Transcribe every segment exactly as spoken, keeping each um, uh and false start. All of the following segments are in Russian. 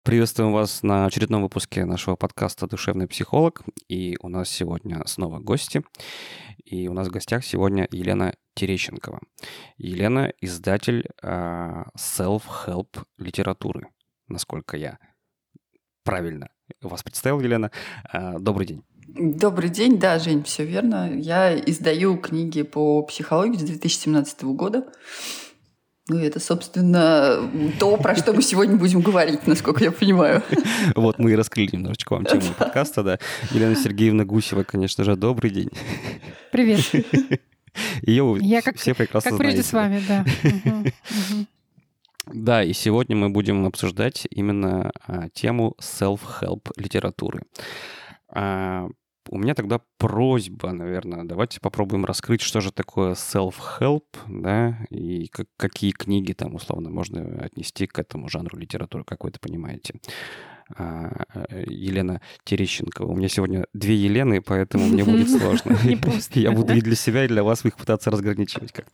Приветствуем вас на очередном выпуске нашего подкаста «Душевный психолог». И у нас сегодня снова гости. И у нас в гостях сегодня Елена Терещенкова. Елена – издатель э, self-help литературы, насколько я правильно вас представил, Елена. Э, добрый день. Добрый день, да, Жень, все верно. Я издаю книги по психологии с две тысячи семнадцатого года. Ну, это, собственно, то, про что мы сегодня будем говорить, насколько я понимаю. Вот мы и раскрыли немножечко вам тему подкаста, да. Елена Сергеевна Гусева, конечно же, добрый день. Привет. Ее я как, все прекрасно как прежде знаете. с вами, да. Угу, угу. Да, и сегодня мы будем обсуждать именно а, тему self-help литературы. А, у меня тогда просьба, наверное, давайте попробуем раскрыть, что же такое self-help, да, и как, какие книги там, условно, можно отнести к этому жанру литературы, как вы это понимаете. А, Елена Терещенкова. У меня сегодня две Елены, поэтому мне будет сложно. Я буду и для себя, и для вас их пытаться разграничивать как-то.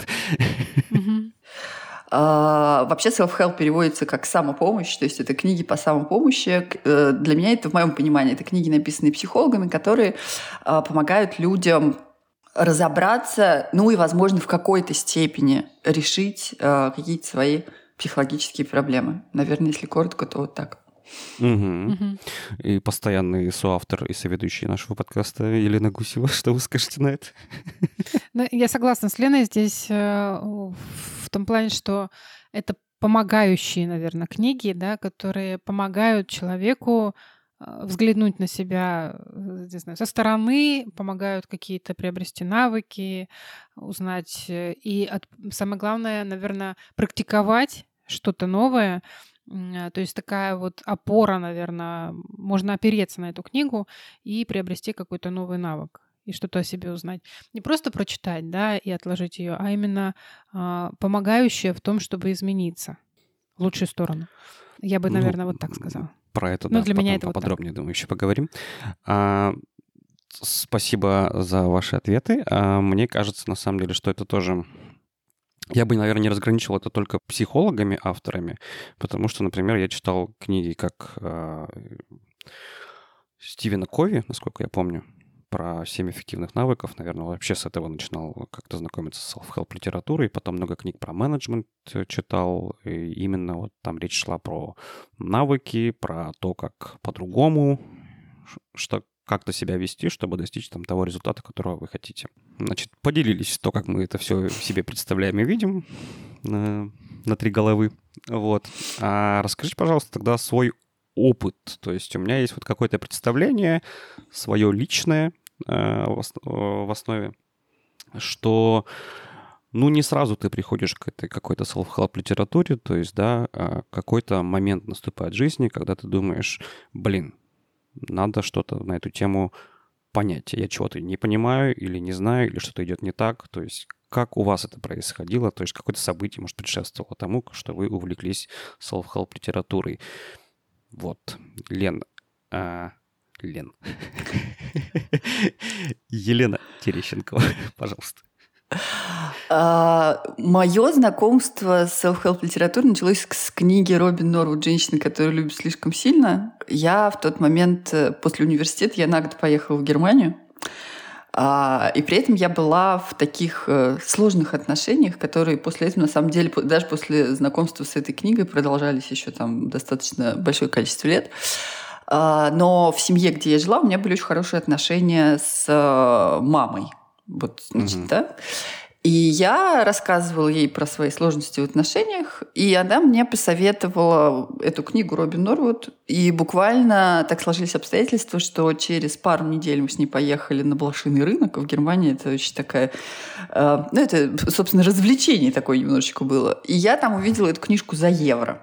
Uh, вообще self-help переводится как самопомощь, то есть это книги по самопомощи. Uh, для меня это, в моем понимании, это книги, написанные психологами, которые uh, помогают людям разобраться, ну и, возможно, в какой-то степени решить uh, какие-то свои психологические проблемы. Наверное, если коротко, то вот так. Угу. Угу. И постоянный соавтор и соведущий нашего подкаста Елена Гусева. Что вы скажете на это? Ну, я согласна с Леной здесь э, в том плане, что это помогающие, наверное, книги, да, которые помогают человеку э, взглянуть на себя, не знаю, со стороны, помогают какие-то приобрести навыки, узнать и, от, самое главное, наверное, практиковать что-то новое. То есть такая вот опора, наверное, можно опереться на эту книгу и приобрести какой-то новый навык и что-то о себе узнать. Не просто прочитать, да, и отложить ее, а именно а, помогающая в том, чтобы измениться в лучшую сторону. Я бы, наверное, ну, вот так сказала. Про это, ну, да, для потом меня это поподробнее, вот думаю, еще поговорим. А, спасибо за ваши ответы. А, мне кажется, на самом деле, что это тоже... Я бы, наверное, не разграничивал это только психологами, авторами, потому что, например, я читал книги как э, Стивена Кови, насколько я помню, про семь эффективных навыков. Наверное, вообще с этого начинал как-то знакомиться с self-help литературой. Потом много книг про менеджмент читал. И именно вот там речь шла про навыки, про то, как по-другому, что как-то себя вести, чтобы достичь там того результата, которого вы хотите. Значит, поделились то, как мы это все себе представляем и видим на, на три головы. Вот. А расскажите, пожалуйста, тогда свой опыт. То есть у меня есть вот какое-то представление, свое личное э, в, в основе, что ну не сразу ты приходишь к этой какой-то self-help литературе, то есть, да, какой-то момент наступает в жизни, когда ты думаешь, блин, надо что-то на эту тему понять. Я чего-то не понимаю или не знаю, или что-то идет не так. То есть как у вас это происходило? То есть какое-то событие, может, предшествовало тому, что вы увлеклись self-help литературой. Вот. Лен. А, Лен. Елена Терещенкова, пожалуйста. Uh, мое знакомство с self-help литературой началось с книги Робин Норвуд «Женщина, которую любит слишком сильно». Я в тот момент, после университета, я на год поехала в Германию. Uh, и при этом я была в таких uh, сложных отношениях, которые после этого, на самом деле, даже после знакомства с этой книгой продолжались еще там достаточно большое количество лет. Uh, но в семье, где я жила, у меня были очень хорошие отношения с uh, мамой. Вот, значит, mm-hmm. да. И я рассказывала ей про свои сложности в отношениях, и она мне посоветовала эту книгу Робин Норвуд. И буквально так сложились обстоятельства, что через пару недель мы с ней поехали на блошиный рынок. В Германии это очень такая... Э, ну, это, собственно, развлечение такое немножечко было. И я там увидела эту книжку за евро.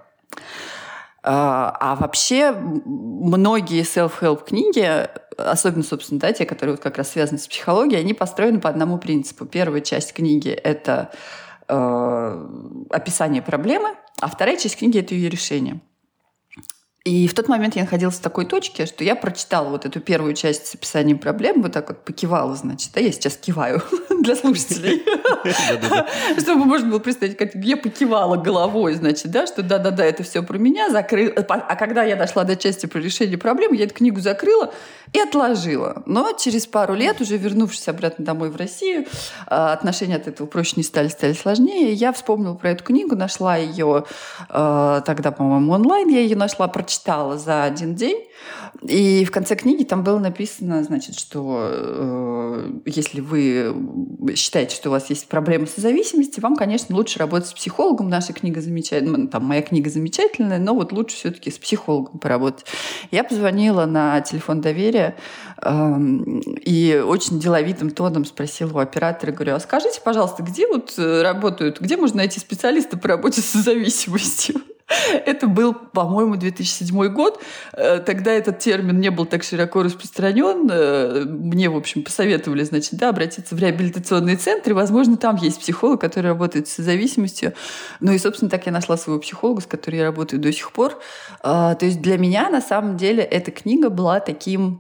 А вообще многие self-help книги, особенно, собственно, да, те, которые вот как раз связаны с психологией, они построены по одному принципу. Первая часть книги – это э, описание проблемы, а вторая часть книги – это ее решение. И в тот момент я находилась в такой точке, что я прочитала вот эту первую часть с описанием проблем, вот так вот покивала, значит, да, я сейчас киваю для слушателей, чтобы можно было представить, как я покивала головой, значит, да, что да-да-да, это все про меня, закрыла. А когда я дошла до части про решение проблем, я эту книгу закрыла и отложила. Но через пару лет, уже вернувшись обратно домой в Россию, отношения от этого проще не стали, стали сложнее. Я вспомнила про эту книгу, нашла ее тогда, по-моему, онлайн, я ее нашла, прочитала читала за один день, и в конце книги там было написано, значит, что э, если вы считаете, что у вас есть проблемы с зависимостью, вам, конечно, лучше работать с психологом. Наша книга замечательная, там моя книга замечательная, но вот лучше все-таки с психологом поработать. Я позвонила на телефон доверия э, и очень деловитым тоном спросила у оператора, говорю, а скажите, пожалуйста, где вот работают, где можно найти специалиста по работе с зависимостью? Это был, по-моему, две тысячи седьмой год. Тогда этот термин не был так широко распространен. Мне, в общем, посоветовали, значит, да, обратиться в реабилитационные центры. Возможно, там есть психолог, который работает с зависимостью. Ну и, собственно, так я нашла своего психолога, с которым я работаю до сих пор. То есть для меня, на самом деле, эта книга была таким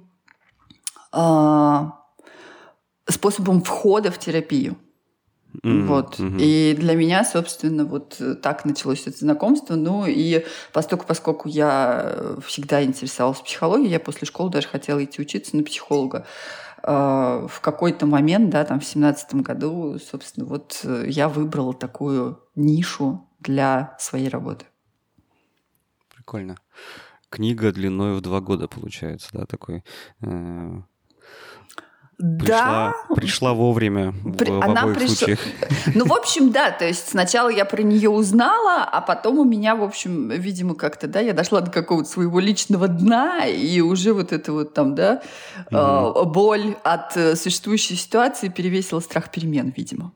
способом входа в терапию. Mm-hmm. Вот. Mm-hmm. И для меня, собственно, вот так началось это знакомство. Ну и поскольку, поскольку я всегда интересовалась психологией, я после школы даже хотела идти учиться на психолога. В какой-то момент, да, там в семнадцатом году, собственно, вот я выбрала такую нишу для своей работы. Прикольно. Книга длиной в два года, получается, да, такой... Э- Пришла, да. пришла вовремя При... в, в Она обоих пришла... случаях. Ну, в общем, да, то есть сначала я про нее узнала, а потом у меня, в общем, видимо, как-то, да, я дошла до какого-то своего личного дна, и уже вот это вот там, да, mm-hmm. боль от существующей ситуации перевесила страх перемен, видимо.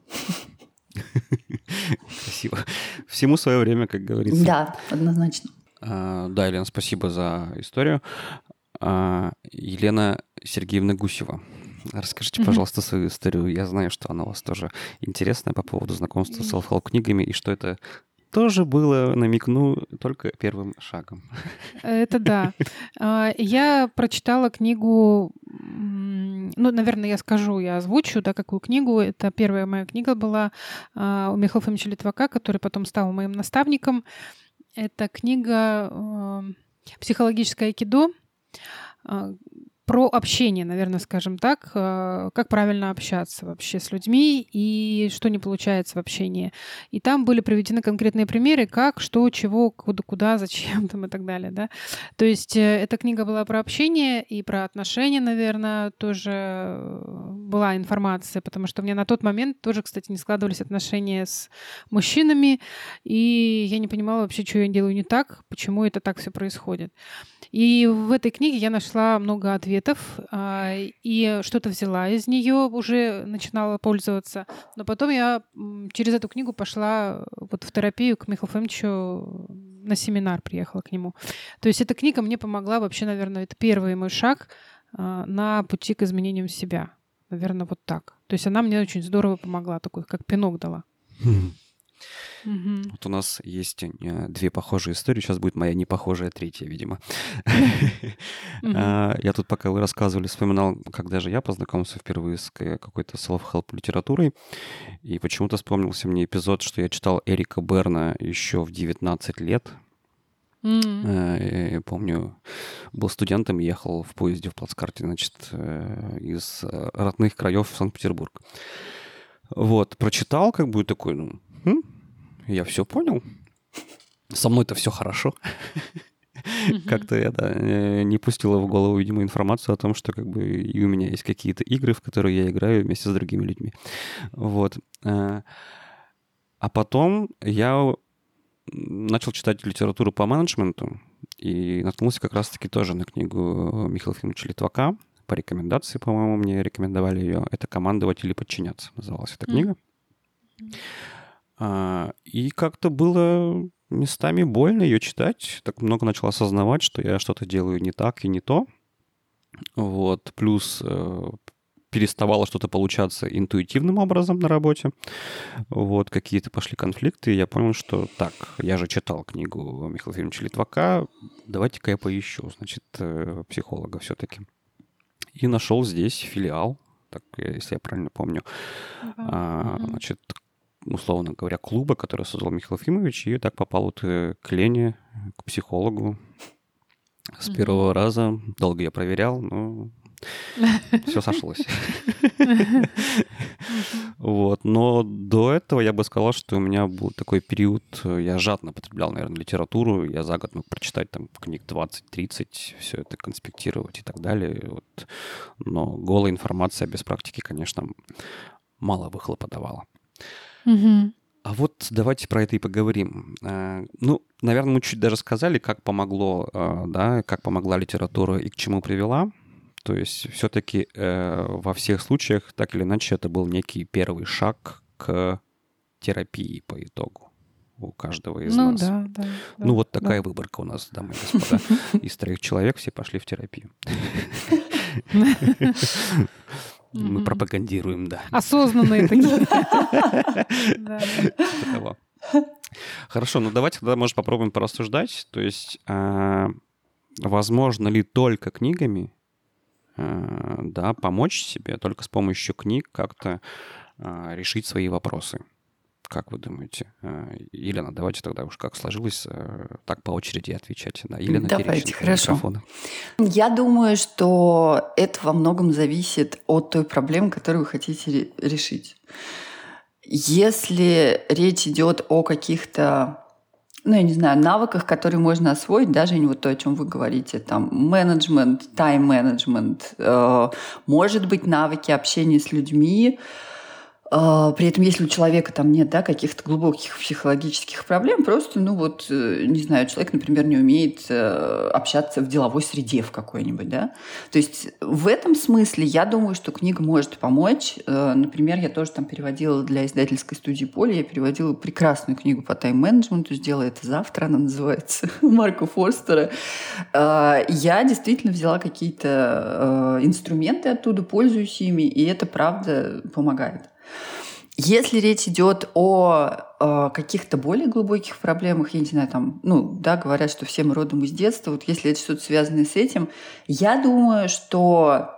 Красиво. Всему свое время, как говорится. Да, однозначно. А, да, Елена, спасибо за историю. А, Елена Сергеевна Гусева. Расскажите, пожалуйста, свою историю. Я знаю, что она у вас тоже интересная по поводу знакомства с селф-хелп книгами, и что это тоже было, намекну, только первым шагом. Это да. Я прочитала книгу, ну, наверное, я скажу, я озвучу, да, какую книгу. Это первая моя книга была у Михаила Фомича Литвака, который потом стал моим наставником. Это книга «Психологическое айкидо», про общение, наверное, скажем так, как правильно общаться вообще с людьми и что не получается в общении. И там были приведены конкретные примеры, как, что, чего, куда, куда, зачем там и так далее. Да? То есть эта книга была про общение и про отношения, наверное, тоже была информация, потому что у меня на тот момент тоже, кстати, не складывались отношения с мужчинами, и я не понимала вообще, что я делаю не так, почему это так все происходит. И в этой книге я нашла много ответов и что-то взяла из нее, уже начинала пользоваться. Но потом я через эту книгу пошла вот в терапию к Михаилу Фомичу, на семинар приехала к нему. То есть эта книга мне помогла вообще, наверное, это первый мой шаг на пути к изменению себя. Наверное, вот так. То есть она мне очень здорово помогла, такой как пинок дала. Mm-hmm. Вот у нас есть две похожие истории. Сейчас будет моя непохожая третья, видимо. Mm-hmm. Я тут, пока вы рассказывали, вспоминал, когда же я познакомился впервые с какой-то self-help литературой. И почему-то вспомнился мне эпизод, что я читал Эрика Берна еще в девятнадцать лет. Mm-hmm. Я помню, был студентом, ехал в поезде в плацкарте, значит, из родных краев в Санкт-Петербург. Вот, прочитал, как бы такой, ну, хм, я все понял. Со мной-то все хорошо. Mm-hmm. Как-то я, да, не пустила в голову, видимо, информацию о том, что как бы и у меня есть какие-то игры, в которые я играю вместе с другими людьми. Вот. А потом я начал читать литературу по менеджменту и наткнулся как раз-таки тоже на книгу Михаила Фомича Литвака. По рекомендации, по-моему, мне рекомендовали ее. Это «Командовать или подчиняться» называлась эта книга. Mm-hmm. А, и как-то было местами больно ее читать. Так много начал осознавать, что я что-то делаю не так и не то. Вот. Плюс э, переставало что-то получаться интуитивным образом на работе. Вот, какие-то пошли конфликты, и я понял, что так, я же читал книгу Михаила Ефимовича Литвака, давайте-ка я поищу, значит, психолога все-таки. И нашел здесь филиал, так, если я правильно помню, uh-huh. а, значит, условно говоря, клуба, который создал Михаил Ефимович, и так попал вот к Лене, к психологу с uh-huh. первого раза. Долго я проверял, но все сошлось. Вот. Но до этого я бы сказал, что у меня был такой период, я жадно потреблял, наверное, литературу, я за год мог прочитать там книг двадцать-тридцать, все это конспектировать и так далее. Вот. Но голая информация без практики, конечно, мало выхлопа давала. Угу. А вот давайте про это и поговорим. Ну, наверное, мы чуть даже сказали, как помогло, да, как помогла литература и к чему привела. То есть все-таки э, во всех случаях, так или иначе, это был некий первый шаг к терапии по итогу у каждого из ну, нас. Да, да, ну, вот да. такая выборка у нас, дамы и господа. Из троих человек все пошли в терапию. Мы пропагандируем, да. Осознанные такие. Хорошо, ну давайте тогда, может, попробуем порассуждать. То есть, возможно ли только книгами да, помочь себе, только с помощью книг как-то а, решить свои вопросы. Как вы думаете? Елена, давайте тогда уж как сложилось, так по очереди отвечать. Да, Елена давайте, хорошо. Я думаю, что это во многом зависит от той проблемы, которую вы хотите решить. Если речь идет о каких-то ну, я не знаю, навыках, которые можно освоить, даже не вот то, о чем вы говорите, там, менеджмент, тайм-менеджмент, э, может быть, навыки общения с людьми, э, при этом, если у человека там нет, да, каких-то глубоких психологических проблем, просто, ну, вот, э, не знаю, человек, например, не умеет э, общаться в деловой среде в какой-нибудь, да, то есть в этом смысле я думаю, что книга может помочь. Э, например, я тоже там переводила для издательской студии «Поле», я переводила прекрасную книгу по тайм-менеджменту «Сделай это завтра», она называется, Марка Форстера. Э, я действительно взяла какие-то э, инструменты оттуда, пользуюсь ими, и это, правда, помогает. Если речь идет о э, каких-то более глубоких проблемах, я не знаю, там, ну, да, говорят, что все мы родом из детства, вот если это что-то связанное с этим, я думаю, что,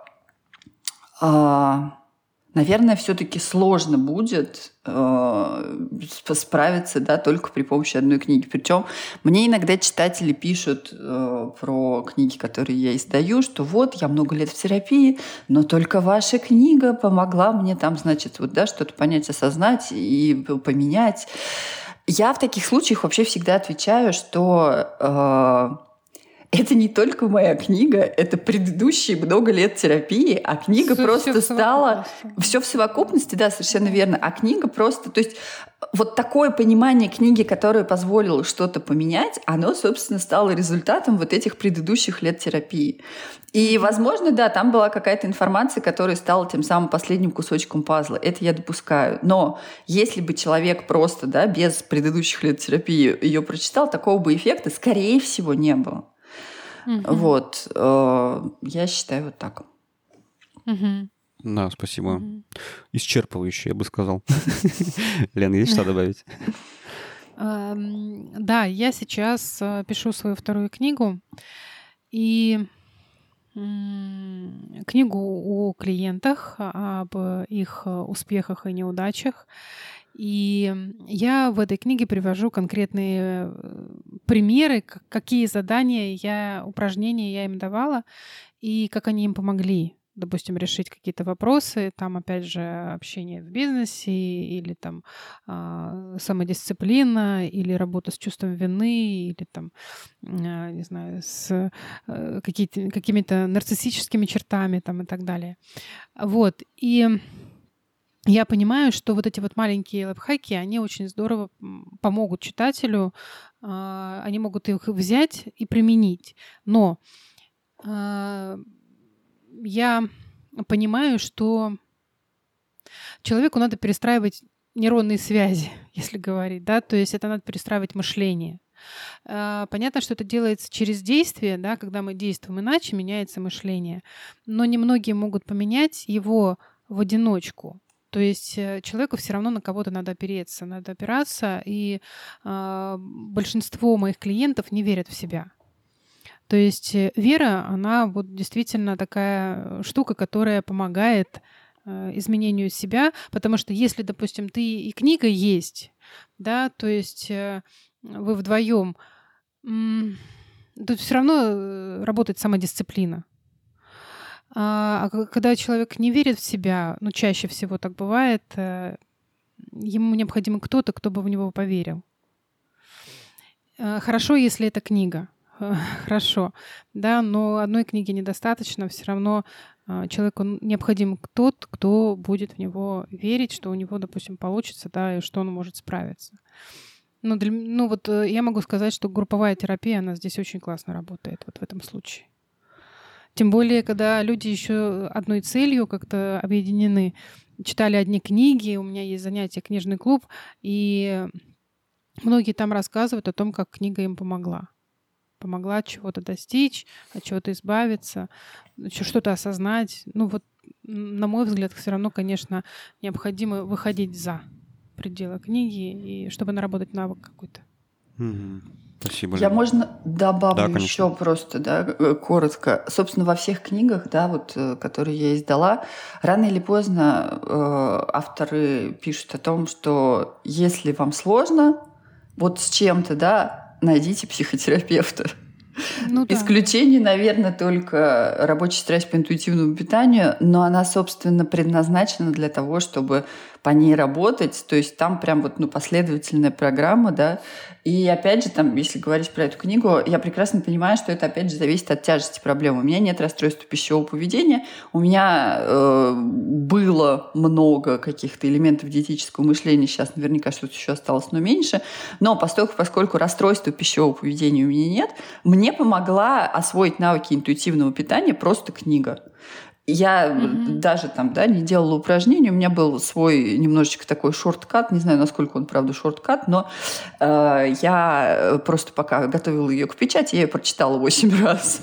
э, наверное, все-таки сложно будет э, справиться, да, только при помощи одной книги. Причем мне иногда читатели пишут э, про книги, которые я издаю, что вот, я много лет в терапии, но только ваша книга помогла мне там, значит, вот, да, что-то понять, осознать и поменять. Я в таких случаях вообще всегда отвечаю, что э, это не только моя книга, это предыдущие много лет терапии, а книга все, просто все стала... Все в совокупности, да, совершенно верно. А книга просто... То есть вот такое понимание книги, которое позволило что-то поменять, оно, собственно, стало результатом вот этих предыдущих лет терапии. И, возможно, да, там была какая-то информация, которая стала тем самым последним кусочком пазла. Это я допускаю. Но если бы человек просто, да, без предыдущих лет терапии ее прочитал, такого бы эффекта, скорее всего, не было. Uh-huh. Вот. Я считаю вот так. Uh-huh. Да, спасибо. Uh-huh. Исчерпывающе, я бы сказал. Лена, есть что добавить? Да, я сейчас пишу свою вторую книгу. И книгу о клиентах, об их успехах и неудачах. И я в этой книге привожу конкретные примеры, какие задания, я, упражнения я им давала, и как они им помогли, допустим, решить какие-то вопросы, там, опять же, общение в бизнесе, или там самодисциплина, или работа с чувством вины, или там, не знаю, с какими-то нарциссическими чертами, там, и так далее. Вот, и... Я понимаю, что вот эти вот маленькие лайфхаки, они очень здорово помогут читателю, они могут их взять и применить. Но я понимаю, что человеку надо перестраивать нейронные связи, если говорить, да, то есть это надо перестраивать мышление. Э, Понятно, что это делается через действие, да, когда мы действуем иначе, меняется мышление. Но немногие могут поменять его в одиночку. То есть э, человеку все равно на кого-то надо опереться, надо опираться, и э, большинство моих клиентов не верят в себя. То есть э, вера, она вот действительно такая штука, которая помогает э, изменению себя, потому что если, допустим, ты и книга есть, да, то есть э, вы вдвоем, м, тут все равно э, работает самодисциплина. А а к- когда человек не верит в себя, ну, чаще всего так бывает, э, ему необходим кто-то, кто бы в него поверил. Э, Хорошо, если это книга. Э, Хорошо, да, но одной книги недостаточно. Все равно э, человеку н- необходим тот, кто будет в него верить, что у него, допустим, получится, да, и что он может справиться. Ну, для м- ну вот э, я могу сказать, что групповая терапия, она здесь очень классно работает вот в этом случае. Тем более, когда люди еще одной целью как-то объединены, читали одни книги, у меня есть занятие «Книжный клуб», и многие там рассказывают о том, как книга им помогла. Помогла от чего-то достичь, от чего-то избавиться, чё- что-то осознать. Ну вот, м, на мой взгляд, все равно, конечно, необходимо выходить за пределы книги, и чтобы наработать навык какой-то. Мгм. Спасибо, Я, Лен. можно, Да, добавлю конечно. еще просто, да, э, коротко. Собственно, во всех книгах, да, вот, э, которые я издала, рано или поздно э, авторы пишут о том, что если вам сложно, вот с чем-то, да, найдите психотерапевта. Ну да, да. Исключение, наверное, только рабочая тетрадь по интуитивному питанию, но она, собственно, предназначена для того, чтобы по ней работать. То есть там прям вот, ну, последовательная программа, да. И опять же, там, если говорить про эту книгу, я прекрасно понимаю, что это, опять же, зависит от тяжести проблемы. У меня нет расстройства пищевого поведения, у меня э, было много каких-то элементов диетического мышления, сейчас наверняка что-то еще осталось, но меньше. Но поскольку, поскольку расстройства пищевого поведения у меня нет, мне помогла освоить навыки интуитивного питания просто книга. Я Мгм. даже там, да, не делала упражнений, у меня был свой немножечко такой шорткат, не знаю, насколько он, правда, шорткат, но э, я просто пока готовила ее к печати, я ее прочитала восемь раз.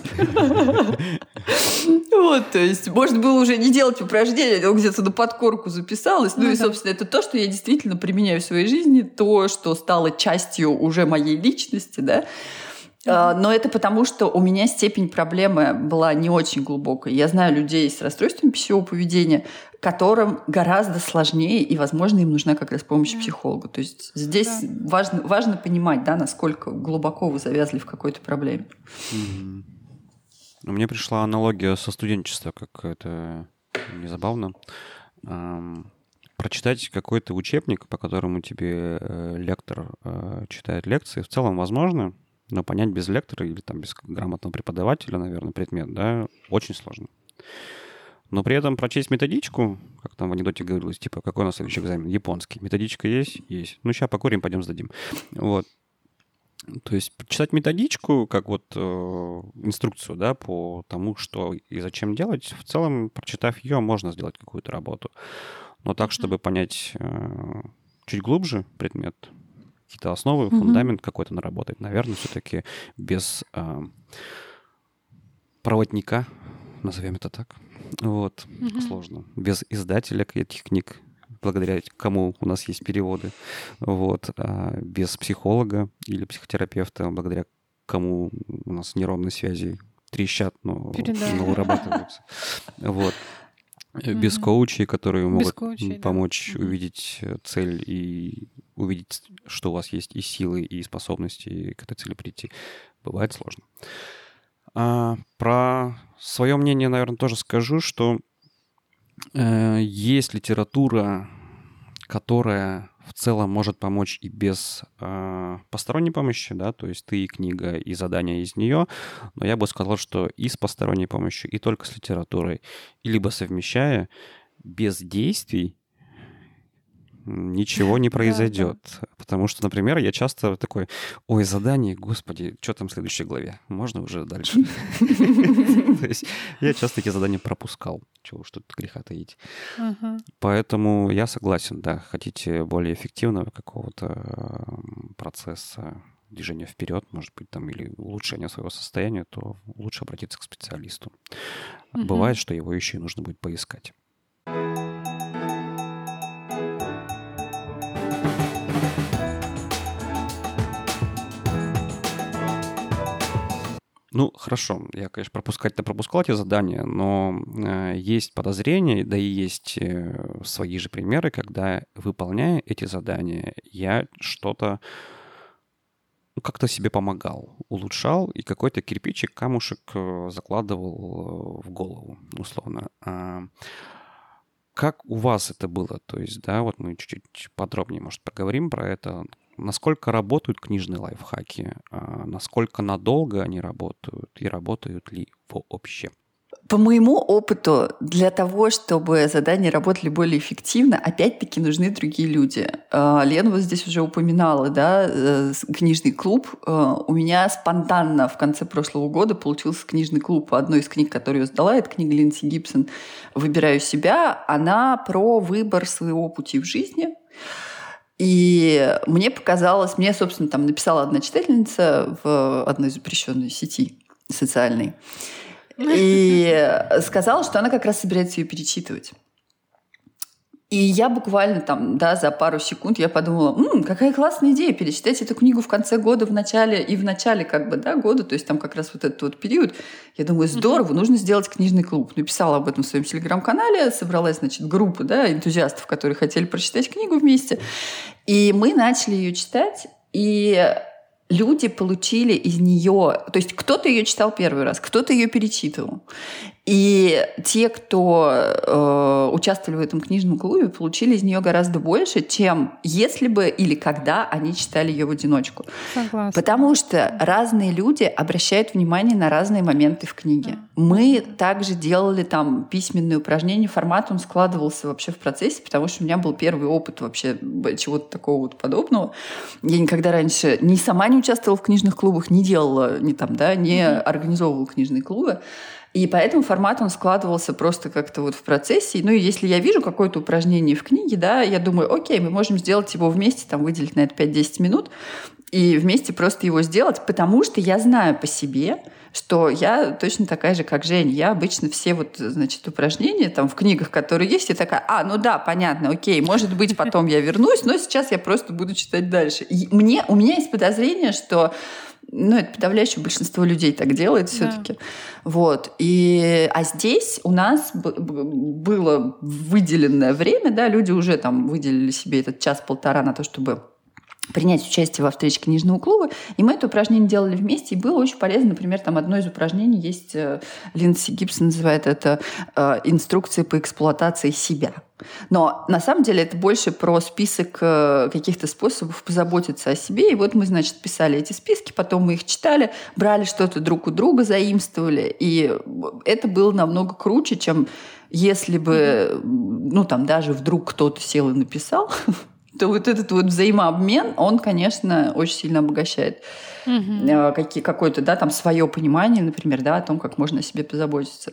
Вот, то есть можно было уже не делать упражнения, оно где-то на подкорку записалось. Ну Ну и, да. собственно, это то, что я действительно применяю в своей жизни, то, что стало частью уже моей личности, да. А, Мгм. Но это потому, что у меня степень проблемы была не очень глубокой. Я знаю людей с расстройством пищевого поведения, которым гораздо сложнее, и, возможно, им нужна как раз помощь Да, психолога. То есть здесь да. важно, важно понимать, да, насколько глубоко вы завязли в какой-то проблеме. Мгм. Ну, Мне пришла аналогия со студенчества, как это не забавно. Ам, Прочитать какой-то учебник, по которому тебе э, лектор э, читает лекции, в целом возможно, но понять без лектора или там без грамотного преподавателя, наверное, предмет, да, очень сложно. Но при этом прочесть методичку, как там в анекдоте говорилось, типа, какой у нас следующий экзамен? Японский. Методичка есть? Есть. Ну, сейчас покурим, пойдем сдадим. Вот. То есть почитать методичку, как вот э, инструкцию, да, по тому, что и зачем делать, в целом, прочитав ее, можно сделать какую-то работу. Но так, Мгм. чтобы понять э, чуть глубже предмет, какие-то основы, Мгм. фундамент какой-то наработать, наверное, все-таки без э, проводника, назовем это так, вот, Мгм. сложно. Без издателя этих книг, благодаря кому у нас есть переводы, вот, а без психолога или психотерапевта, благодаря кому у нас нейронные связи трещат, но, Переда- но вырабатываются. Вот. Э, Без Мгм. коучей, которые Без могут коучей, м, да. помочь Мгм. увидеть э, цель и увидеть, что у вас есть и силы, и способности к этой цели прийти, бывает сложно. А, про свое мнение, наверное, тоже скажу, что э, есть литература, которая в целом может помочь и без э, посторонней помощи, да, то есть ты и книга, и задания из нее, но я бы сказал, что и с посторонней помощью, и только с литературой, и либо совмещая, без действий м, ничего не Да, да. произойдет. Потому что, например, я часто такой, ой, задание, господи, что там в следующей главе? Можно уже дальше? То есть я часто эти задания пропускал. Чего уж тут греха таить. Ага. Поэтому я согласен, да, хотите более эффективного какого-то м, процесса, движение вперед, может быть, там, или улучшение своего состояния, то лучше обратиться к специалисту. Mm-hmm. Бывает, что его еще и нужно будет поискать. Ну, хорошо, я, конечно, пропускать-то пропускал эти задания, но э, есть подозрения, да и есть э, свои же примеры, когда, выполняя эти задания, я что-то ну, как-то себе помогал, улучшал и какой-то кирпичик, камушек э, закладывал э, в голову, условно. А как у вас это было? То есть, да, вот мы чуть-чуть подробнее, может, поговорим про это. Насколько работают книжные лайфхаки? А насколько надолго они работают? И работают ли вообще? По моему опыту, для того, чтобы задания работали более эффективно, опять-таки нужны другие люди. Лена вот здесь уже упоминала, да, книжный клуб. У меня спонтанно в конце прошлого года получился книжный клуб. Одной из книг, которую я сдала, это книга Линдси Гибсон «Выбираю себя». Она про выбор своего пути в жизни. И мне показалось, мне, собственно, там написала одна читательница в одной запрещенной сети социальной, и сказала, что она как раз собирается ее перечитывать. И я буквально там, да, за пару секунд я подумала, М, какая классная идея перечитать эту книгу в конце года, в начале и в начале как бы, да, года, то есть там как раз вот этот вот период. Я думаю, здорово, нужно сделать книжный клуб. Написала об этом в своем телеграм-канале, собралась, значит, группа, да, энтузиастов, которые хотели прочитать книгу вместе. И мы начали ее читать, и люди получили из нее... То есть кто-то ее читал первый раз, кто-то ее перечитывал. И те, кто э, участвовали в этом книжном клубе, получили из нее гораздо больше, чем если бы или когда они читали ее в одиночку. Согласна. Потому что разные люди обращают внимание на разные моменты в книге. Мы также делали там письменные упражнения, формат он складывался вообще в процессе, потому что у меня был первый опыт вообще чего-то такого вот подобного. Я никогда раньше ни сама не участвовала в книжных клубах, не делала, не там, да, не mm-hmm. организовывала книжные клубы. И поэтому формат он складывался просто как-то вот в процессе. Ну и если я вижу какое-то упражнение в книге, да, я думаю, окей, мы можем сделать его вместе, там, выделить на это пять-десять минут и вместе просто его сделать, потому что я знаю по себе, что я точно такая же, как Женя. Я обычно все вот, значит, упражнения там в книгах, которые есть, я такая, а, ну да, понятно, окей, может быть, потом я вернусь, но сейчас я просто буду читать дальше. И мне, у меня есть подозрение, что ну, это подавляющее большинство людей так делает все-таки. Да. Вот. И, а здесь у нас б- б- было выделенное время, да, люди уже там выделили себе этот час-полтора на то, чтобы принять участие во встрече книжного клуба, и мы это упражнение делали вместе, и было очень полезно. Например, там одно из упражнений есть, Линдси Гибсон называет это «Инструкции по эксплуатации себя». Но на самом деле это больше про список каких-то способов позаботиться о себе. И вот мы, значит, писали эти списки, потом мы их читали, брали что-то друг у друга, заимствовали. И это было намного круче, чем если бы, ну, там даже вдруг кто-то сел и написал, то вот этот вот взаимообмен, он, конечно, очень сильно обогащает mm-hmm. какие, какое-то, да, там свое понимание, например, да, о том, как можно о себе позаботиться.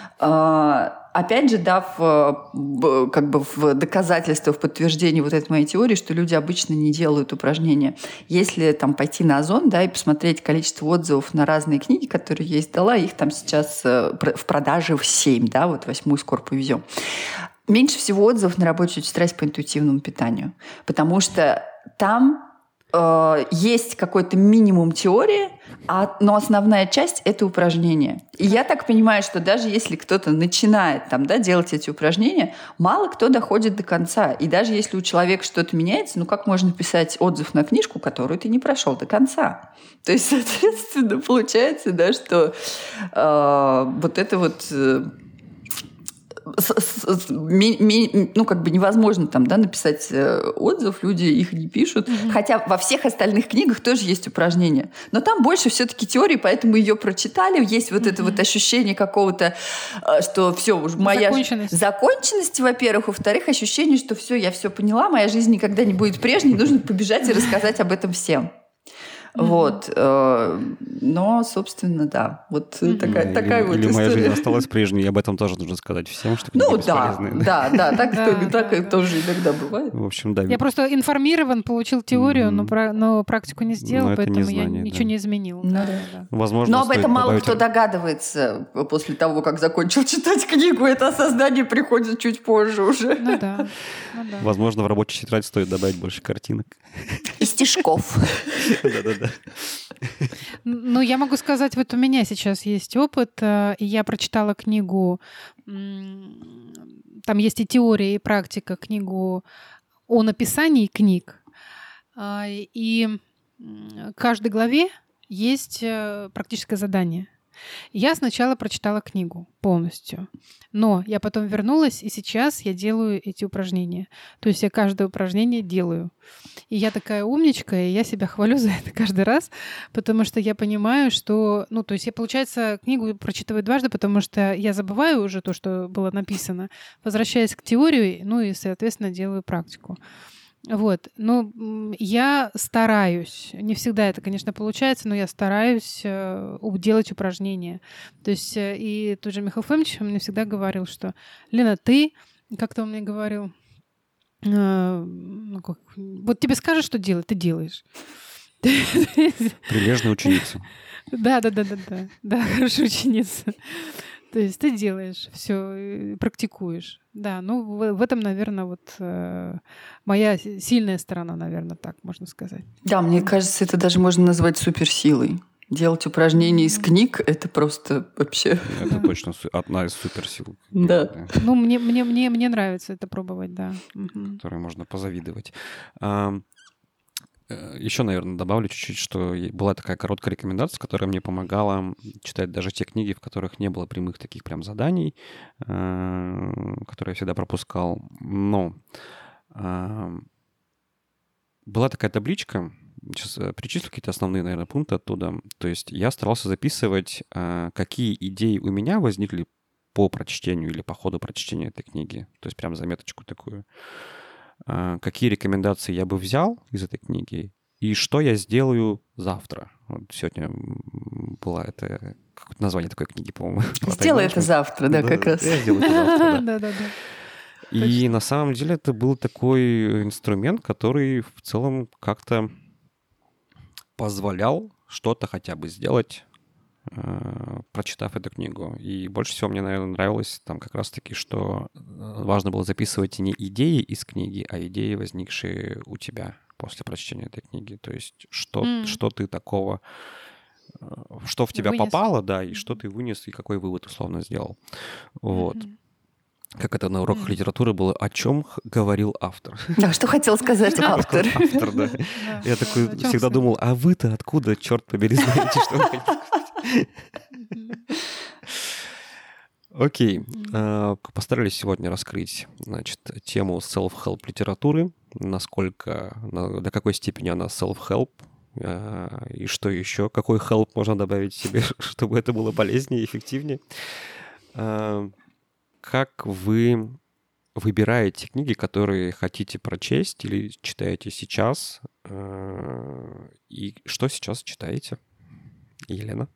Опять же, да, в, как бы в доказательство, в подтверждение вот этой моей теории, что люди обычно не делают упражнения. Если там пойти на Озон, да, и посмотреть количество отзывов на разные книги, которые я издала, их там сейчас в продаже в семь, да, вот восьмую скоро повезем. Меньше всего отзывов на рабочую тетрадь по интуитивному питанию, потому что там э, есть какой-то минимум теории, а, но основная часть – это упражнения. И я так понимаю, что даже если кто-то начинает там, да, делать эти упражнения, мало кто доходит до конца. И даже если у человека что-то меняется, ну как можно писать отзыв на книжку, которую ты не прошел до конца? То есть, соответственно, получается, да, что э, вот это вот… Э, С, с, ми, ми, ну, как бы невозможно там, да, написать отзыв, люди их не пишут. Mm-hmm. Хотя во всех остальных книгах тоже есть упражнения. Но там больше все-таки теории, поэтому ее прочитали. Есть вот mm-hmm. это вот ощущение какого-то, что все, уже моя законченность. законченность, во-первых. Во-вторых, ощущение, что все, я все поняла, моя жизнь никогда не будет прежней, нужно побежать и рассказать об этом всем. Mm-hmm. Вот. Но, собственно, да. Вот mm-hmm. такая, или, такая или вот или история. моя жизнь осталась прежней, и об этом тоже нужно сказать всем, что книги ну, бесполезные. Ну, да, да, да, так, да, так, да, так да. тоже иногда бывает. В общем, да. Я просто информирован, получил теорию, mm-hmm. но, но практику не сделал, но поэтому не знание, я да. ничего не изменил. Ну, да, да. Да. Возможно, но об этом мало добавить... кто догадывается после того, как закончил читать книгу. Это осознание приходит чуть позже уже. Ну да. Ну, да. Возможно, в рабочей тетради стоит добавить больше картинок. И стишков. Да-да-да. Ну, я могу сказать, вот у меня сейчас есть опыт, и я прочитала книгу, там есть и теория, и практика, книгу о написании книг, и в каждой главе есть практическое задание. Я сначала прочитала книгу полностью, но я потом вернулась, и сейчас я делаю эти упражнения. То есть я каждое упражнение делаю. И я такая умничка, и я себя хвалю за это каждый раз, потому что я понимаю, что... Ну, то есть я, получается, книгу прочитываю дважды, потому что я забываю уже то, что было написано, возвращаясь к теории, ну и, соответственно, делаю практику. Вот, ну, я стараюсь, не всегда это, конечно, получается, но я стараюсь э, делать упражнения. То есть э, и тот же Михаил Фомич мне всегда говорил, что Лена, ты, как-то он мне говорил, э, ну, как, вот тебе скажут, что делать, ты делаешь. Прилежная ученица. Да, да, да, да, да, да, хорошая ученица. То есть ты делаешь все, практикуешь. Да, ну в, в этом, наверное, вот э, моя сильная сторона, наверное, так можно сказать. Да, мне кажется, это даже можно назвать суперсилой. Делать упражнения из книг — это просто вообще... Это точно одна из суперсил. Да. Ну, мне, мне, мне, мне нравится это пробовать, да. Которой можно позавидовать. Еще, наверное, добавлю чуть-чуть, что была такая короткая рекомендация, которая мне помогала читать даже те книги, в которых не было прямых таких прям заданий, которые я всегда пропускал. Но была такая табличка, сейчас перечислю какие-то основные, наверное, пункты оттуда. То есть я старался записывать, какие идеи у меня возникли по прочтению или по ходу прочтения этой книги. То есть прям заметочку такую. Какие рекомендации я бы взял из этой книги и что я сделаю завтра. Вот сегодня было это... Какое-то название такой книги, по-моему. Сделай это завтра, да, как раз. Я сделаю это завтра, да. Да-да-да. И на самом деле это был такой инструмент, который в целом как-то позволял что-то хотя бы сделать, прочитав эту книгу. И больше всего мне, наверное, нравилось там как раз-таки, что важно было записывать не идеи из книги, а идеи, возникшие у тебя после прочтения этой книги. То есть что, mm. что ты такого, что в тебя вынес. попало, да, и что ты вынес, и какой вывод условно сделал. Вот. Mm-hmm. Как это на уроках mm. литературы было, о чем говорил автор. Да, что хотел сказать автор. Автор, да. Я такой всегда думал, а вы-то откуда, черт побери, знаете, что вы хотите сказать? Окей. Okay. Постарались сегодня раскрыть, значит, тему self-help литературы, насколько, до какой степени она self-help, и что еще, какой help можно добавить себе, чтобы это было полезнее и эффективнее. Как вы выбираете книги, которые хотите прочесть или читаете сейчас, и что сейчас читаете? Елена?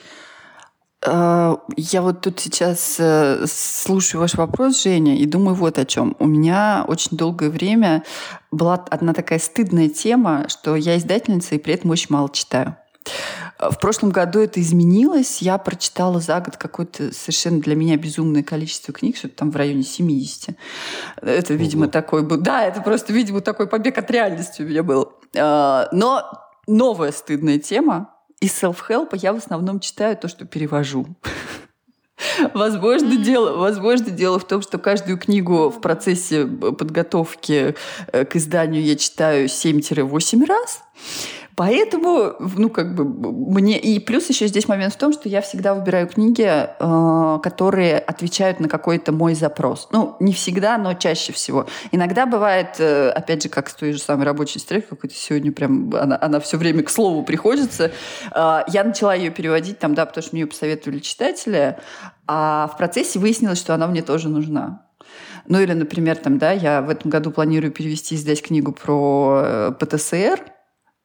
Я вот тут сейчас слушаю ваш вопрос, Женя, и думаю вот о чем. У меня очень долгое время была одна такая стыдная тема, что я издательница и при этом очень мало читаю. В прошлом году это изменилось. Я прочитала за год какое-то совершенно для меня безумное количество книг, что-то там в районе семидесяти. Это, видимо, Ого. такой был... Да, это просто, видимо, такой побег от реальности у меня был. Но новая стыдная тема. Из self-help я в основном читаю то, что перевожу. Возможно, mm-hmm. дело, возможно, дело в том, что каждую книгу в процессе подготовки к изданию я читаю семь-восемь раз. Поэтому, ну, как бы, мне... И плюс еще здесь момент в том, что я всегда выбираю книги, э, которые отвечают на какой-то мой запрос. Ну, не всегда, но чаще всего. Иногда бывает, э, опять же, как с той же самой рабочей стрелкой, какой-то сегодня прям... Она, она все время к слову приходится. Э, я начала ее переводить там, да, потому что мне ее посоветовали читатели, а в процессе выяснилось, что она мне тоже нужна. Ну, или, например, там, да, я в этом году планирую перевести и издать книгу про ПТСР.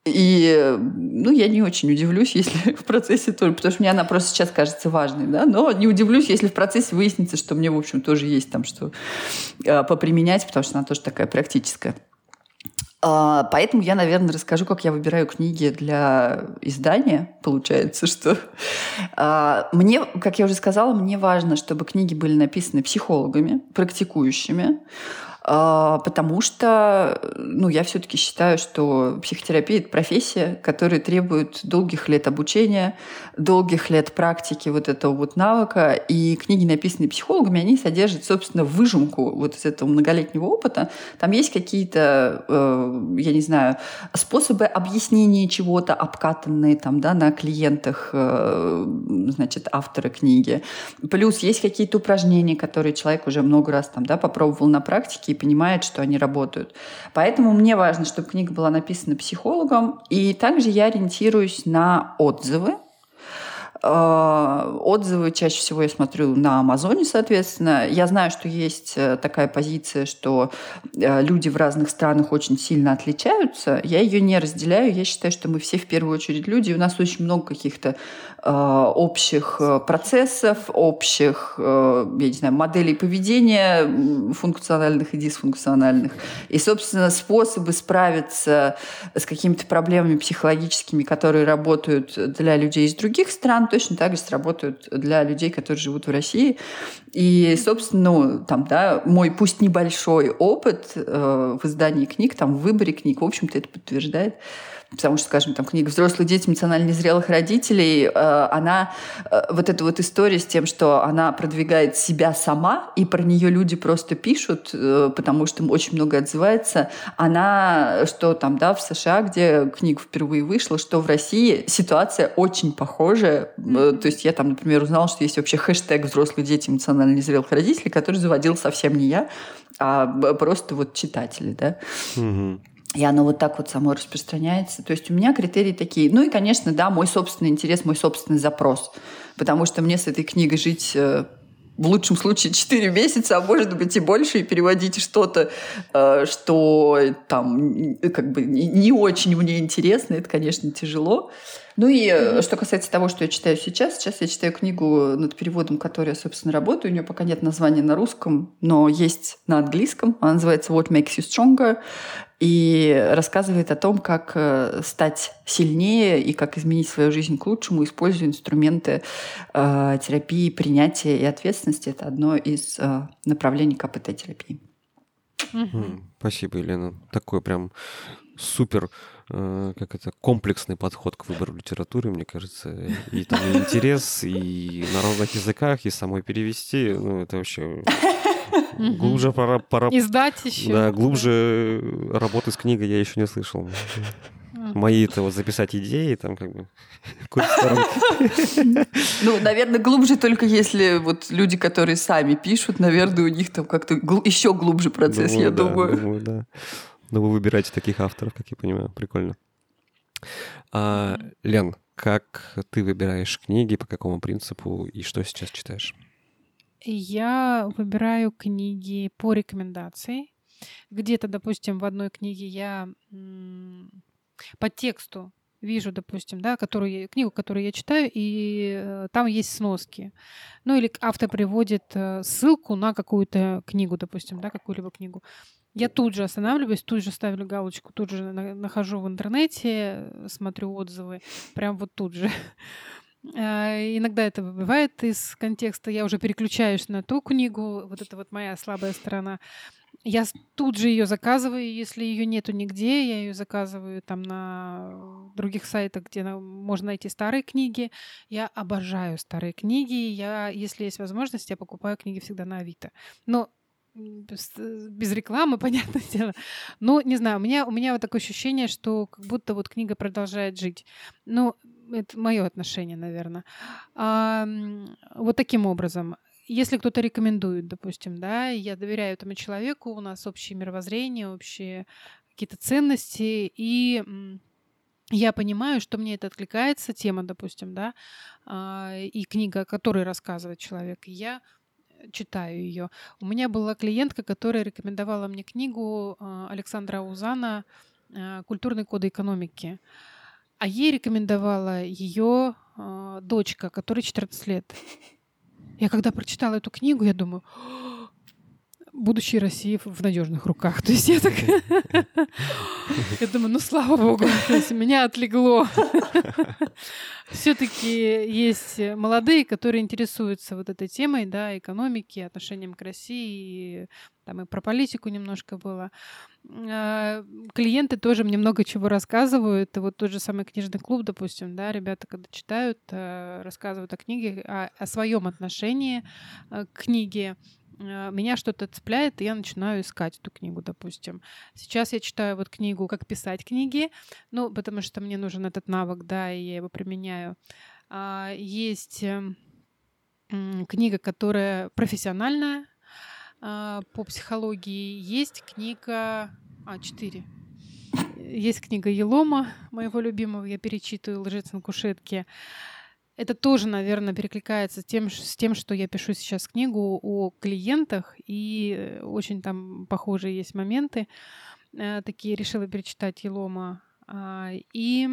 И, ну, я не очень удивлюсь, если в процессе тоже, потому что мне она просто сейчас кажется важной, да, но не удивлюсь, если в процессе выяснится, что мне, в общем, тоже есть там что э, поприменять, потому что она тоже такая практическая. А, поэтому я, наверное, расскажу, как я выбираю книги для издания. Получается, что а, мне, как я уже сказала, мне важно, чтобы книги были написаны психологами, практикующими, потому что, ну, я все-таки считаю, что психотерапия – это профессия, которая требует долгих лет обучения, долгих лет практики вот этого вот навыка. И книги, написанные психологами, они содержат, собственно, выжимку вот из этого многолетнего опыта. Там есть какие-то, я не знаю, способы объяснения чего-то, обкатанные там, да, на клиентах, значит, автора книги. Плюс есть какие-то упражнения, которые человек уже много раз там, да, попробовал на практике, понимает, что они работают. Поэтому мне важно, чтобы книга была написана психологом. И также я ориентируюсь на отзывы. Отзывы чаще всего я смотрю на Амазоне, соответственно. Я знаю, что есть такая позиция, что люди в разных странах очень сильно отличаются. Я ее не разделяю. Я считаю, что мы все в первую очередь люди. У нас очень много каких-то общих процессов, общих, я не знаю, моделей поведения, функциональных и дисфункциональных. И, собственно, способы справиться с какими-то проблемами психологическими, которые работают для людей из других стран, точно так же сработают для людей, которые живут в России. И, собственно, ну, там, да, мой пусть небольшой опыт э, в издании книг, там, в выборе книг, в общем-то, это подтверждает. Потому что, скажем, там книга «Взрослые дети эмоционально незрелых родителей», э, она, э, вот эта вот история с тем, что она продвигает себя сама, и про нее люди просто пишут, э, потому что очень много отзывается, она, что там, да, в США, где книга впервые вышла, что в России ситуация очень похожая. Mm-hmm. То есть я там, например, узнала, что есть вообще хэштег «Взрослые дети эмоционально незрелых родителей», который заводил совсем не я, а просто вот читатели, да. Mm-hmm. И оно вот так вот само распространяется. То есть у меня критерии такие. Ну и, конечно, да, мой собственный интерес, мой собственный запрос. Потому что мне с этой книгой жить в лучшем случае четыре месяца, а может быть и больше, и переводить что-то, что там как бы не очень мне интересно, это, конечно, тяжело. Ну и mm-hmm. что касается того, что я читаю сейчас, сейчас я читаю книгу над переводом, которой я, собственно, работаю. У нее пока нет названия на русском, но есть на английском. Она называется «What makes you stronger?» и рассказывает о том, как стать сильнее и как изменить свою жизнь к лучшему, используя инструменты э, терапии, принятия и ответственности. Это одно из э, направлений ка пэ тэ-терапии. Mm-hmm. Спасибо, Елена. Такой прям супер... как это, комплексный подход к выбору литературы, мне кажется, и там и интерес, и на разных языках, и самой перевести, ну, это вообще глубже пора... пора... Издать еще. Да, глубже работы с книгой я еще не слышал. Мои-то вот записать идеи, там как бы... Ну, наверное, глубже только если вот люди, которые сами пишут, наверное, у них там как-то еще глубже процесс, я думаю. Думаю, да. Но вы выбираете таких авторов, как я понимаю. Прикольно. А, Лен, как ты выбираешь книги, по какому принципу и что сейчас читаешь? Я выбираю книги по рекомендации. Где-то, допустим, в одной книге я м- по тексту вижу, допустим, да, которую, книгу, которую я читаю, и э, там есть сноски. Ну или автор приводит э, ссылку на какую-то книгу, допустим, да, какую-либо книгу. Я тут же останавливаюсь, тут же ставлю галочку, тут же на- нахожу в интернете, смотрю отзывы, прям вот тут же. Э, иногда это выбивает из контекста, я уже переключаюсь на ту книгу, вот это вот моя слабая сторона. Я с- тут же ее заказываю, если ее нету нигде, я ее заказываю там на других сайтах, где на- можно найти старые книги. Я обожаю старые книги. Я, если есть возможность, я покупаю книги всегда на Авито. Но м, без, э, без рекламы, понятное дело. Но не знаю, у меня, у меня вот такое ощущение, что как будто вот книга продолжает жить. Ну, это мое отношение, наверное. А, м, вот таким образом. Если кто-то рекомендует, допустим, да, и я доверяю этому человеку, у нас общее мировоззрение, общие какие-то ценности, и м, я понимаю, что мне это откликается, тема, допустим, да, а, и книга, о которой рассказывает человек, и я читаю ее. У меня была клиентка, которая рекомендовала мне книгу а, Александра Аузана «Культурные коды экономики». А ей рекомендовала ее дочка, которой четырнадцать лет. Я когда прочитала эту книгу, я думаю, будущее России в надежных руках. То есть я так... Я думаю, ну, слава богу, то есть меня отлегло. Все-таки есть молодые, которые интересуются вот этой темой, да, экономики, отношением к России, и, там и про политику немножко было. Клиенты тоже мне много чего рассказывают. И вот тот же самый книжный клуб, допустим, да, ребята, когда читают, рассказывают о книге, о, о своем отношении к книге. Меня что-то цепляет, и я начинаю искать эту книгу, допустим. Сейчас я читаю вот книгу «Как писать книги», ну, потому что мне нужен этот навык, да, и я его применяю. Есть книга, которая профессиональная по психологии. Есть книга... А, четыре. Есть книга Елома, моего любимого, я перечитываю «Лжец на кушетке». Это тоже, наверное, перекликается с тем, с тем, что я пишу сейчас книгу о клиентах, и очень там похожие есть моменты. Такие решила перечитать Елома. И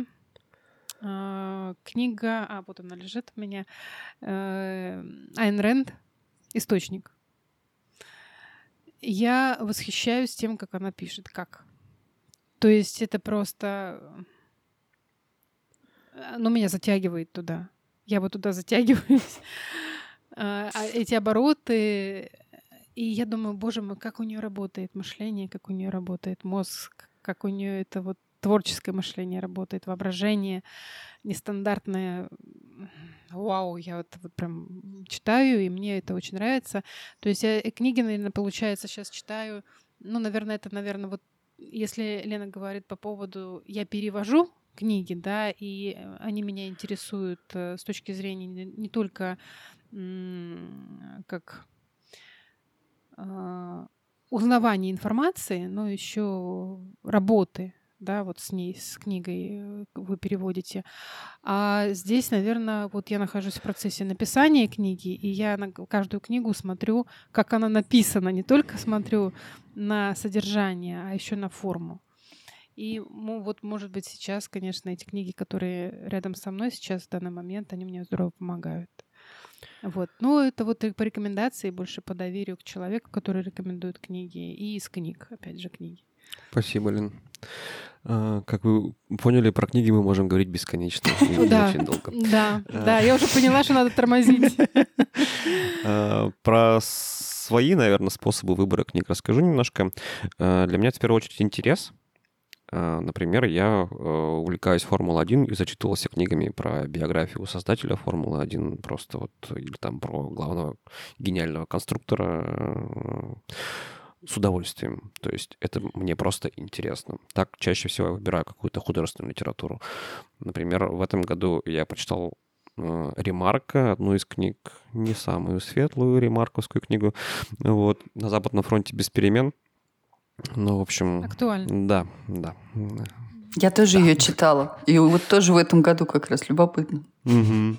книга, а вот она лежит у меня, Айн Рэнд «Источник». Я восхищаюсь тем, как она пишет. Как? То есть это просто... Ну, меня затягивает туда. Я вот туда затягиваюсь. А эти обороты... И я думаю, боже мой, как у нее работает мышление, как у нее работает мозг, как у нее это вот творческое мышление работает, воображение нестандартное. Вау, я вот, вот прям читаю, и мне это очень нравится. То есть я книги, наверное, получается, сейчас читаю. Ну, наверное, это, наверное, вот если Лена говорит по поводу «я перевожу», книги, да, и они меня интересуют с точки зрения не, не только м, как э, узнавания информации, но еще работы, да, вот с ней, с книгой вы переводите. А здесь, наверное, вот я нахожусь в процессе написания книги, и я на каждую книгу смотрю, как она написана, не только смотрю на содержание, а еще на форму. И ну, вот, может быть, сейчас, конечно, эти книги, которые рядом со мной сейчас в данный момент, они мне здорово помогают. Вот. Ну, это вот по рекомендации, больше по доверию к человеку, который рекомендует книги, и из книг, опять же, книги. Спасибо, Лен. А, как вы поняли, про книги мы можем говорить бесконечно. Да, очень долго. Да, да, я уже поняла, что надо тормозить. Про свои, наверное, способы выбора книг расскажу немножко. Для меня это в первую очередь интерес. Например, я увлекаюсь Формулой один и зачитывался книгами про биографию создателя Формулы один, просто вот, или там про главного гениального конструктора с удовольствием. То есть это мне просто интересно. Так чаще всего я выбираю какую-то художественную литературу. Например, в этом году я прочитал Ремарка, одну из книг, не самую светлую ремарковскую книгу. Вот. «На Западном фронте без перемен». Ну, в общем... Актуально. Да, да. Я тоже да. ее читала. И вот тоже в этом году как раз любопытно. Угу.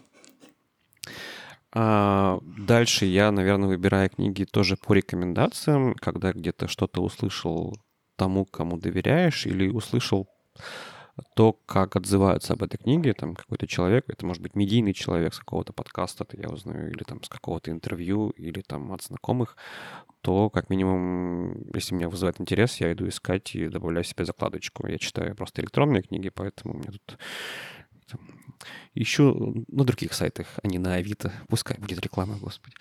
А дальше я, наверное, выбираю книги тоже по рекомендациям, когда где-то что-то услышал тому, кому доверяешь, или услышал то, как отзываются об этой книге, там какой-то человек, это может быть медийный человек с какого-то подкаста, это я узнаю, или там с какого-то интервью, или там от знакомых, то как минимум, если меня вызывает интерес, я иду искать и добавляю себе закладочку. Я читаю просто электронные книги, поэтому у меня тут... Ищу на других сайтах, а не на Авито. Пускай будет реклама, господи.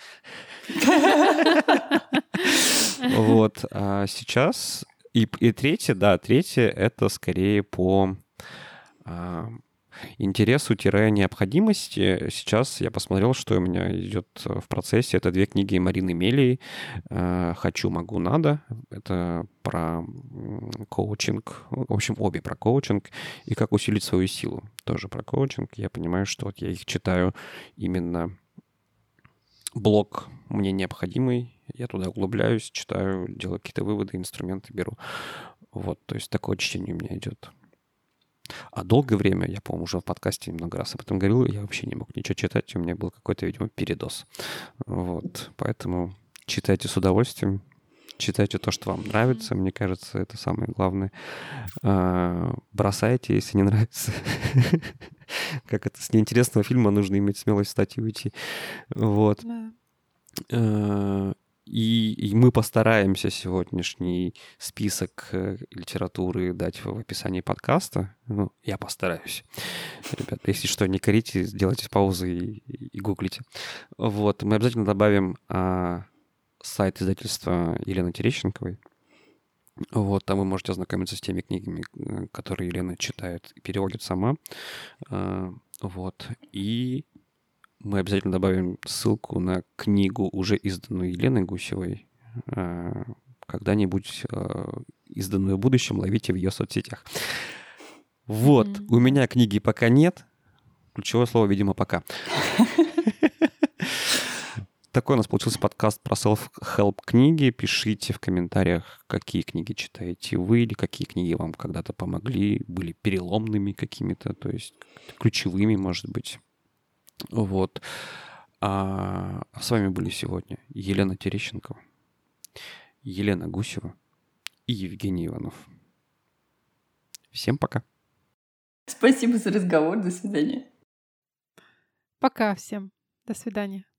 Вот. А сейчас... И, и третье, да, третье — это скорее по а, интересу-необходимости. Сейчас я посмотрел, что у меня идет в процессе. Это две книги Марины Мелей. А, «Хочу, могу, надо». Это про коучинг. В общем, обе про коучинг. И «Как усилить свою силу». Тоже про коучинг. Я понимаю, что вот я их читаю именно... Блок мне необходимый, я туда углубляюсь, читаю, делаю какие-то выводы, инструменты беру. Вот, то есть такое чтение у меня идет. А долгое время, я, по-моему, уже в подкасте много раз об этом говорил, я вообще не мог ничего читать, у меня был какой-то, видимо, передоз. Вот, поэтому читайте с удовольствием, читайте то, что вам нравится. Мне кажется, это самое главное. Бросайте, если не нравится. Как это, с неинтересного фильма нужно иметь смелость встать и уйти. Вот. И, и мы постараемся сегодняшний список литературы дать в описании подкаста. Ну, я постараюсь. Ребята, если что, не корите, сделайте паузы и, и гуглите. Вот. Мы обязательно добавим а, сайт издательства Елены Терещенковой. Вот, там вы можете ознакомиться с теми книгами, которые Елена читает и переводит сама. А, вот. И мы обязательно добавим ссылку на книгу, уже изданную Еленой Гусевой. Когда-нибудь изданную в будущем ловите в ее соцсетях. Вот. Mm-hmm. У меня книги пока нет. Ключевое слово, видимо, пока. Такой у нас получился подкаст про self-help книги. Пишите в комментариях, какие книги читаете вы, или какие книги вам когда-то помогли, были переломными какими-то, то есть ключевыми, может быть. Вот. А с вами были сегодня Елена Терещенкова, Елена Гусева и Евгений Иванов. Всем пока. Спасибо за разговор. До свидания. Пока всем. До свидания.